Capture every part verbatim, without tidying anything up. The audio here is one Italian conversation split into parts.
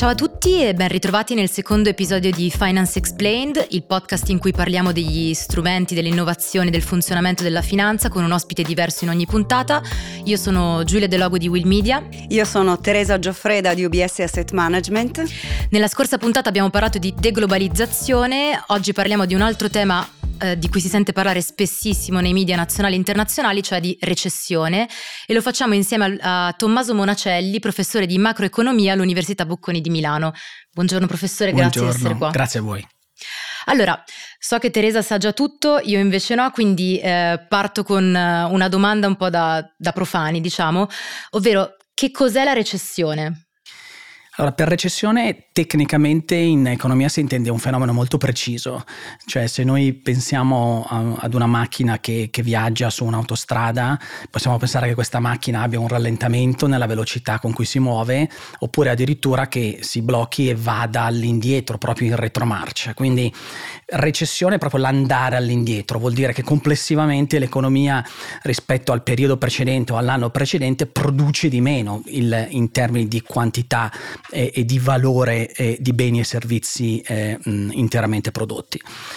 Ciao a tutti e ben ritrovati nel secondo episodio di Finance Explained, il podcast in cui parliamo degli strumenti, delle innovazioni, del funzionamento della finanza con un ospite diverso in ogni puntata. Io sono Giulia De Logo di Will Media. Io sono Teresa Gioffreda di U B S Asset Management. Nella scorsa puntata abbiamo parlato di deglobalizzazione, oggi parliamo di un altro tema eh, di cui si sente parlare spessissimo nei media nazionali e internazionali, cioè di recessione, e lo facciamo insieme a, a Tommaso Monacelli, professore di macroeconomia all'Università Bocconi di Milano. Buongiorno professore, Buongiorno, grazie di essere qua. Grazie a voi. Allora, so che Teresa sa già tutto, io invece no, quindi eh, parto con una domanda un po' da, da profani, diciamo, ovvero che cos'è la recessione? Allora, per recessione tecnicamente in economia si intende un fenomeno molto preciso, cioè se noi pensiamo a, ad una macchina che, che viaggia su un'autostrada, possiamo pensare che questa macchina abbia un rallentamento nella velocità con cui si muove, oppure addirittura che si blocchi e vada all'indietro, proprio in retromarcia. Quindi recessione è proprio l'andare all'indietro, vuol dire che complessivamente l'economia rispetto al periodo precedente o all'anno precedente produce di meno il, in termini di quantità e, e di valore eh, di beni e servizi eh, mh, interamente prodotti.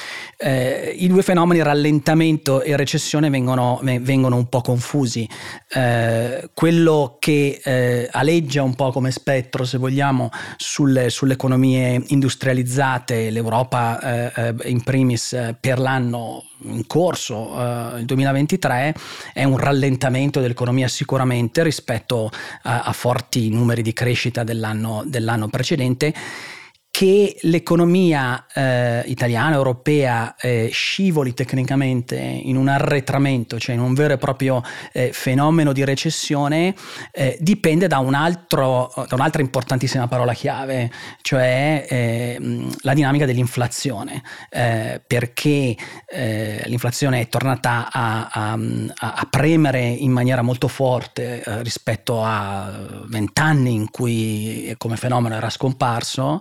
Eh, I due fenomeni, rallentamento e recessione, vengono, vengono un po' confusi. Eh, quello che eh, aleggia un po' come spettro, se vogliamo, sulle, sulle economie industrializzate, l'Europa eh, in primis eh, per l'anno in corso, eh, il duemilaventitré, è un rallentamento dell'economia sicuramente rispetto a, a forti numeri di crescita dell'anno, dell'anno precedente. Che l'economia eh, italiana, europea eh, scivoli tecnicamente in un arretramento, cioè in un vero e proprio eh, fenomeno di recessione, eh, dipende da un altro, da un'altra importantissima parola chiave, cioè eh, la dinamica dell'inflazione, eh, perché eh, l'inflazione è tornata a, a, a premere in maniera molto forte eh, rispetto a vent'anni in cui come fenomeno era scomparso.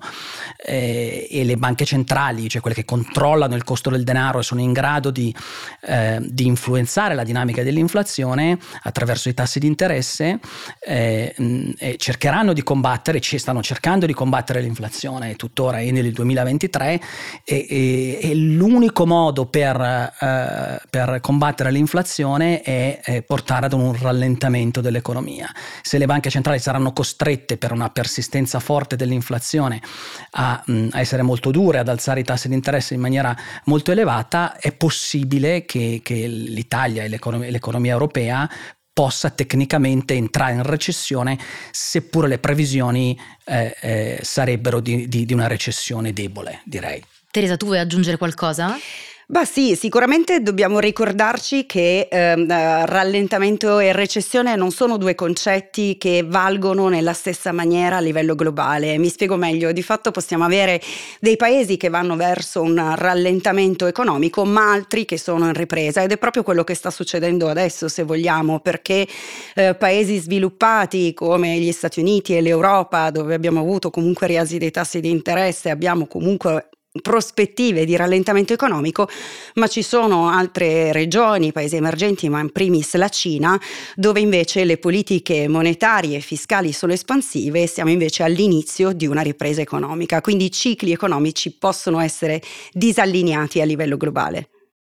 Eh, e le banche centrali, cioè quelle che controllano il costo del denaro e sono in grado di, eh, di influenzare la dinamica dell'inflazione attraverso i tassi di interesse, eh, eh, cercheranno di combattere, ci stanno cercando di combattere l'inflazione tuttora e nel duemilaventitré, e, e, e l'unico modo per, eh, per combattere l'inflazione è, è portare ad un rallentamento dell'economia. Se le banche centrali saranno costrette, per una persistenza forte dell'inflazione, A, a essere molto dure, ad alzare i tassi di interesse in maniera molto elevata, è possibile che, che l'Italia e l'economia, l'economia europea possa tecnicamente entrare in recessione, seppure le previsioni eh, eh, sarebbero di, di, di una recessione debole, direi. Teresa, tu vuoi aggiungere qualcosa? Bah sì, sicuramente dobbiamo ricordarci che eh, rallentamento e recessione non sono due concetti che valgono nella stessa maniera a livello globale. Mi spiego meglio: di fatto possiamo avere dei paesi che vanno verso un rallentamento economico, ma altri che sono in ripresa, ed è proprio quello che sta succedendo adesso, se vogliamo, perché eh, paesi sviluppati come gli Stati Uniti e l'Europa, dove abbiamo avuto comunque rialzi dei tassi di interesse, abbiamo comunque prospettive di rallentamento economico, ma ci sono altre regioni, paesi emergenti, ma in primis la Cina, dove invece le politiche monetarie e fiscali sono espansive e siamo invece all'inizio di una ripresa economica, quindi i cicli economici possono essere disallineati a livello globale.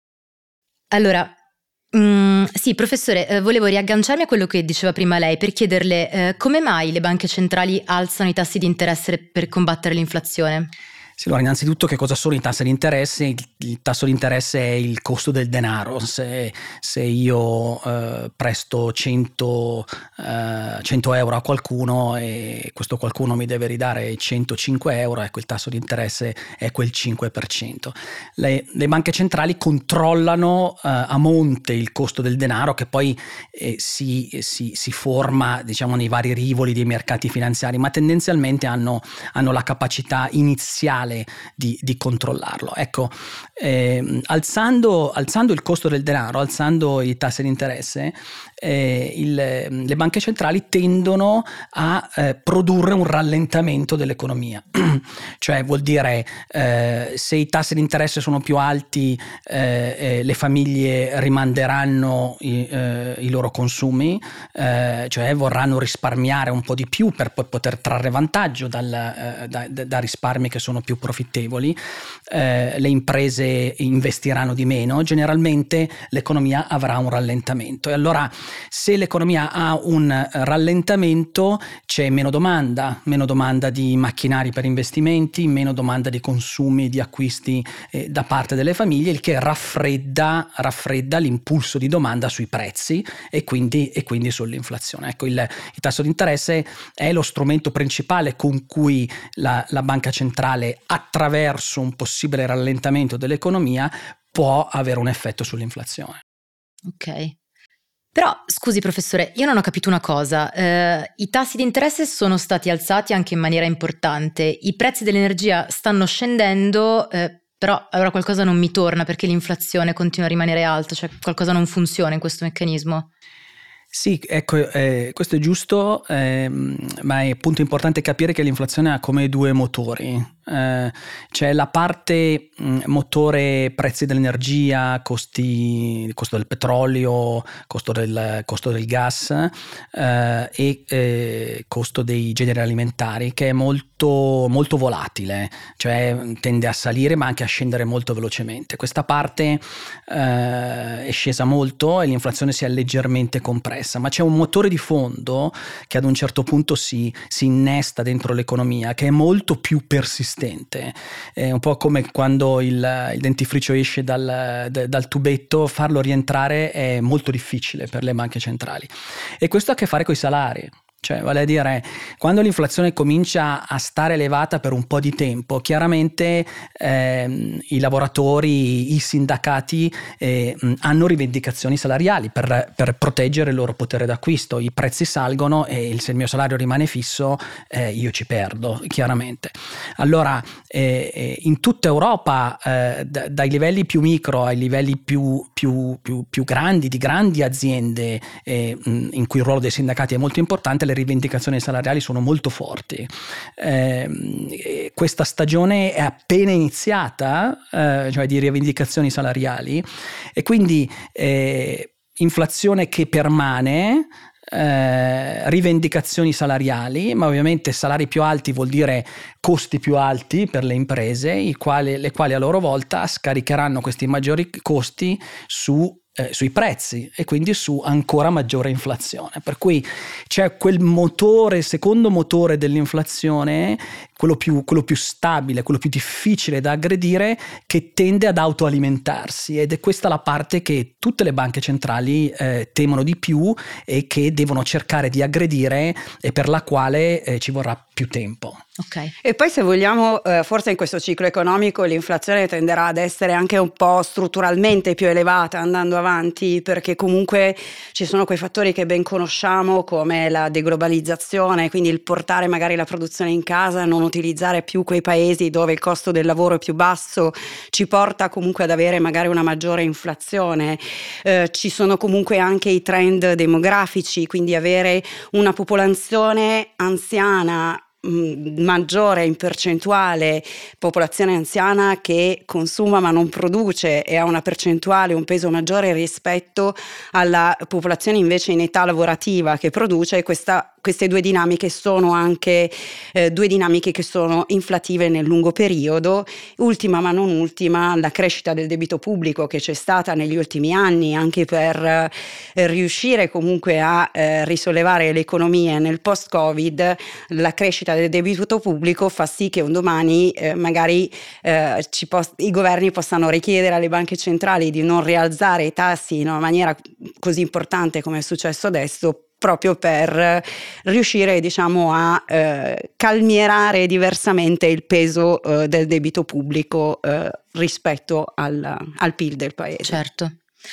Allora, mm, sì, professore, eh, volevo riagganciarmi a quello che diceva prima lei per chiederle eh, come mai le banche centrali alzano i tassi di interesse per combattere l'inflazione? Sì, allora, innanzitutto, che cosa sono i tassi di interesse? Il, il tasso di interesse è il costo del denaro. Se, se io eh, presto cento, eh, cento euro a qualcuno e questo qualcuno mi deve ridare centocinque euro, ecco, il tasso di interesse è quel cinque per cento. Le, le banche centrali controllano eh, a monte il costo del denaro, che poi eh, si, si, si forma, diciamo, nei vari rivoli dei mercati finanziari, ma tendenzialmente hanno, hanno la capacità iniziale Di, di controllarlo. Ecco, eh, alzando, alzando il costo del denaro, alzando i tassi di interesse, eh, il, le banche centrali tendono a eh, produrre un rallentamento dell'economia. Cioè vuol dire eh, se i tassi di interesse sono più alti, eh, eh, le famiglie rimanderanno i, eh, i loro consumi, eh, cioè vorranno risparmiare un po' di più per poi poter trarre vantaggio dal, eh, da, da risparmi che sono più profittevoli, eh, le imprese investiranno di meno, generalmente l'economia avrà un rallentamento. E allora se l'economia ha un rallentamento c'è meno domanda, meno domanda di macchinari per investimenti, meno domanda di consumi, di acquisti eh, da parte delle famiglie, il che raffredda, raffredda l'impulso di domanda sui prezzi e quindi, e quindi sull'inflazione. Ecco, il, il tasso di interesse è lo strumento principale con cui la, la banca centrale, attraverso un possibile rallentamento dell'economia, può avere un effetto sull'inflazione. Ok. Però, scusi professore, io non ho capito una cosa. Eh, i tassi di interesse sono stati alzati anche in maniera importante, i prezzi dell'energia stanno scendendo, eh, però allora qualcosa non mi torna perché l'inflazione continua a rimanere alta, cioè qualcosa non funziona in questo meccanismo. Sì, ecco, eh, questo è giusto, eh, ma è appunto importante capire che l'inflazione ha come due motori. Eh, c'è la parte mh, motore prezzi dell'energia, costi, costo del petrolio, costo del, costo del gas eh, e eh, costo dei generi alimentari, che è molto, molto volatile, cioè tende a salire ma anche a scendere molto velocemente. Questa parte eh, è scesa molto e l'inflazione si è leggermente compressa, ma c'è un motore di fondo che ad un certo punto si, si innesta dentro l'economia, che è molto più persistente. È un po' come quando il, il dentifricio esce dal, dal tubetto, farlo rientrare è molto difficile per le banche centrali, e questo ha a che fare con i salari. Cioè, vale a dire, quando l'inflazione comincia a stare elevata per un po' di tempo, chiaramente eh, i lavoratori, i sindacati eh, hanno rivendicazioni salariali per, per proteggere il loro potere d'acquisto. I prezzi salgono e se il mio salario rimane fisso eh, io ci perdo, chiaramente. Allora, eh, in tutta Europa, eh, d- dai livelli più micro ai livelli più, più, più, più grandi, di grandi aziende eh, in cui il ruolo dei sindacati è molto importante, le rivendicazioni salariali sono molto forti. Eh, questa stagione è appena iniziata, eh, cioè di rivendicazioni salariali, e quindi eh, inflazione che permane, eh, rivendicazioni salariali, ma ovviamente salari più alti vuol dire costi più alti per le imprese, i quali, le quali a loro volta scaricheranno questi maggiori costi su Eh, sui prezzi e quindi su ancora maggiore inflazione. Per cui c'è quel motore, secondo motore dell'inflazione, quello più, quello più stabile, quello più difficile da aggredire, che tende ad autoalimentarsi, ed è questa la parte che tutte le banche centrali eh, temono di più e che devono cercare di aggredire, e per la quale eh, ci vorrà più tempo. Okay. E poi, se vogliamo, eh, forse in questo ciclo economico l'inflazione tenderà ad essere anche un po' strutturalmente più elevata andando avanti, perché comunque ci sono quei fattori che ben conosciamo, come la deglobalizzazione, quindi il portare magari la produzione in casa, non utilizzare più quei paesi dove il costo del lavoro è più basso, ci porta comunque ad avere magari una maggiore inflazione. Eh, ci sono comunque anche i trend demografici, quindi avere una popolazione anziana maggiore in percentuale, popolazione anziana che consuma ma non produce e ha una percentuale, un peso maggiore rispetto alla popolazione invece in età lavorativa che produce. Questa, queste due dinamiche sono anche eh, due dinamiche che sono inflative nel lungo periodo. Ultima ma non ultima, la crescita del debito pubblico che c'è stata negli ultimi anni, anche per eh, riuscire comunque a eh, risollevare le economie nel post-Covid. La crescita del debito pubblico fa sì che un domani eh, magari eh, ci pos- i governi possano richiedere alle banche centrali di non rialzare i tassi in una maniera così importante come è successo adesso, proprio per riuscire, diciamo, a eh, calmierare diversamente il peso eh, del debito pubblico eh, rispetto al, al P I L del paese. Certo.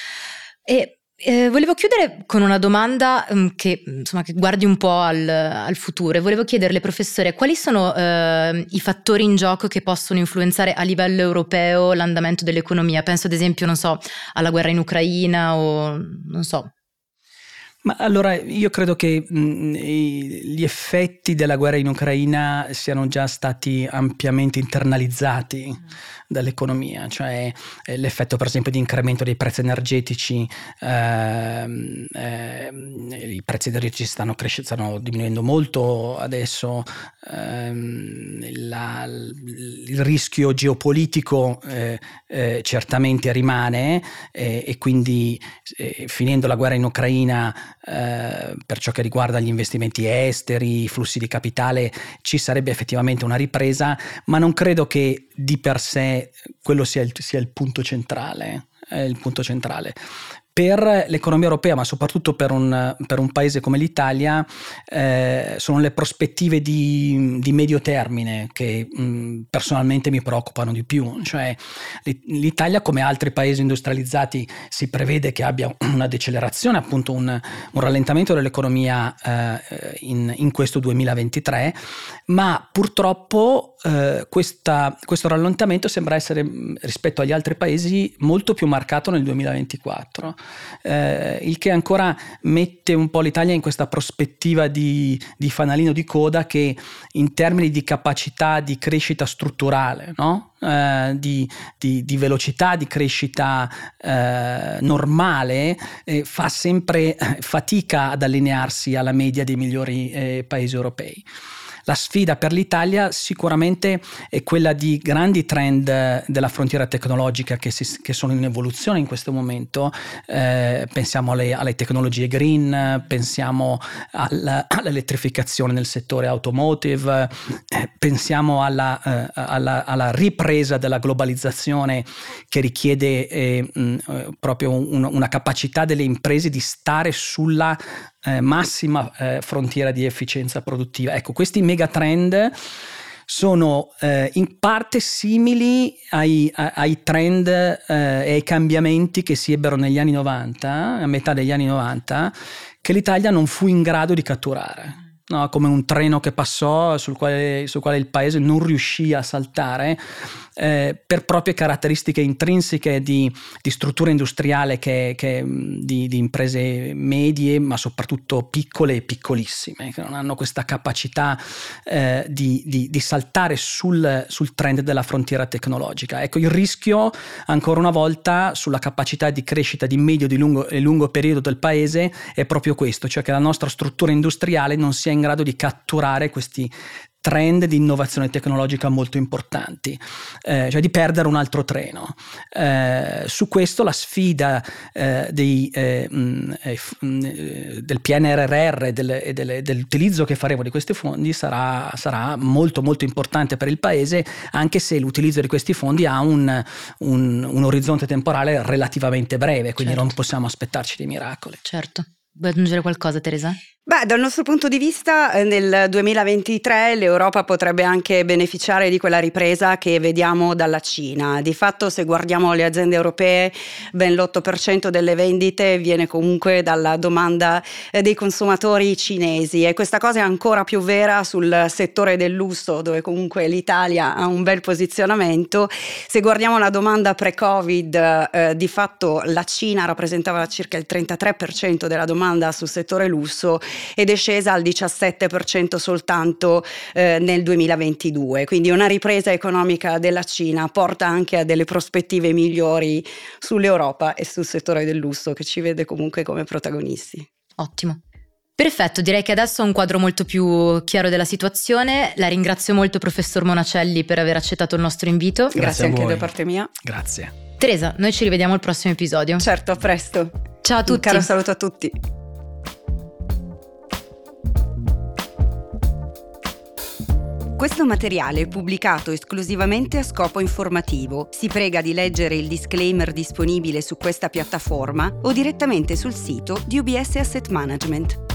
E Eh, volevo chiudere con una domanda um, che, insomma, che guardi un po' al, al futuro. Volevo chiederle, professore, quali sono eh, i fattori in gioco che possono influenzare a livello europeo l'andamento dell'economia? Penso ad esempio, non so, alla guerra in Ucraina o non so. Ma allora io credo che mh, gli effetti della guerra in Ucraina siano già stati ampiamente internalizzati mm. dall'economia, cioè eh, l'effetto per esempio di incremento dei prezzi energetici, ehm, ehm, i prezzi energetici stanno crescendo, stanno diminuendo molto adesso, ehm, la, il rischio geopolitico eh, eh, certamente rimane eh, e quindi eh, finendo la guerra in Ucraina, Eh, per ciò che riguarda gli investimenti esteri, i flussi di capitale, ci sarebbe effettivamente una ripresa, ma non credo che di per sé quello sia il, sia il punto centrale, è il punto centrale. Per l'economia europea, ma soprattutto per un, per un paese come l'Italia, eh, sono le prospettive di, di medio termine che mh, personalmente mi preoccupano di più. Cioè, l'Italia, come altri paesi industrializzati, si prevede che abbia una decelerazione, appunto un, un rallentamento dell'economia eh, in, in questo duemilaventitré, ma purtroppo eh, questa, questo rallentamento sembra essere, rispetto agli altri paesi, molto più marcato nel duemilaventiquattro. Eh, il che ancora mette un po' l'Italia in questa prospettiva di, di fanalino di coda che in termini di capacità di crescita strutturale, no? eh, di, di, di velocità di crescita eh, normale eh, fa sempre fatica ad allinearsi alla media dei migliori eh, paesi europei. La sfida per l'Italia sicuramente è quella di grandi trend della frontiera tecnologica che, si, che sono in evoluzione in questo momento. Eh, pensiamo alle, alle tecnologie green, pensiamo alla, all'elettrificazione nel settore automotive, eh, pensiamo alla, eh, alla, alla ripresa della globalizzazione che richiede eh, mh, proprio un, una capacità delle imprese di stare sulla Eh, massima eh, frontiera di efficienza produttiva. Ecco, questi megatrend sono eh, in parte simili ai, ai trend eh, e ai cambiamenti che si ebbero negli anni novanta, a metà degli anni novanta, che l'Italia non fu in grado di catturare. No, come un treno che passò sul quale, sul quale il paese non riuscì a saltare eh, per proprie caratteristiche intrinseche di, di struttura industriale che, che di, di imprese medie, ma soprattutto piccole e piccolissime, che non hanno questa capacità eh, di, di, di saltare sul, sul trend della frontiera tecnologica. Ecco, il rischio ancora una volta sulla capacità di crescita di medio di lungo, e lungo periodo del paese è proprio questo, cioè che la nostra struttura industriale non sia in grado di catturare questi trend di innovazione tecnologica molto importanti, eh, cioè di perdere un altro treno. Eh, su questo la sfida eh, dei, eh, mh, eh, del P N R R e del, del, dell'utilizzo che faremo di questi fondi sarà, sarà molto molto importante per il paese, anche se l'utilizzo di questi fondi ha un, un, un orizzonte temporale relativamente breve, quindi certo, non possiamo aspettarci dei miracoli. Certo. Vuoi aggiungere qualcosa, Teresa? Beh, dal nostro punto di vista nel duemilaventitré l'Europa potrebbe anche beneficiare di quella ripresa che vediamo dalla Cina. Di fatto, se guardiamo le aziende europee, ben l'otto per cento delle vendite viene comunque dalla domanda dei consumatori cinesi, e questa cosa è ancora più vera sul settore del lusso, dove comunque l'Italia ha un bel posizionamento. Se guardiamo la domanda pre-Covid, eh, di fatto la Cina rappresentava circa il trentatré per cento della domanda sul settore lusso ed è scesa al diciassette per cento soltanto eh, nel duemilaventidue, quindi una ripresa economica della Cina porta anche a delle prospettive migliori sull'Europa e sul settore del lusso, che ci vede comunque come protagonisti. Ottimo. Perfetto, direi che adesso ho un quadro molto più chiaro della situazione. La ringrazio molto, professor Monacelli, per aver accettato il nostro invito. Grazie, Grazie anche da parte mia. Grazie. Teresa, noi ci rivediamo al prossimo episodio. Certo, a presto. Ciao a tutti. Un caro saluto a tutti. Questo materiale è pubblicato esclusivamente a scopo informativo. Si prega di leggere il disclaimer disponibile su questa piattaforma o direttamente sul sito di U B S Asset Management.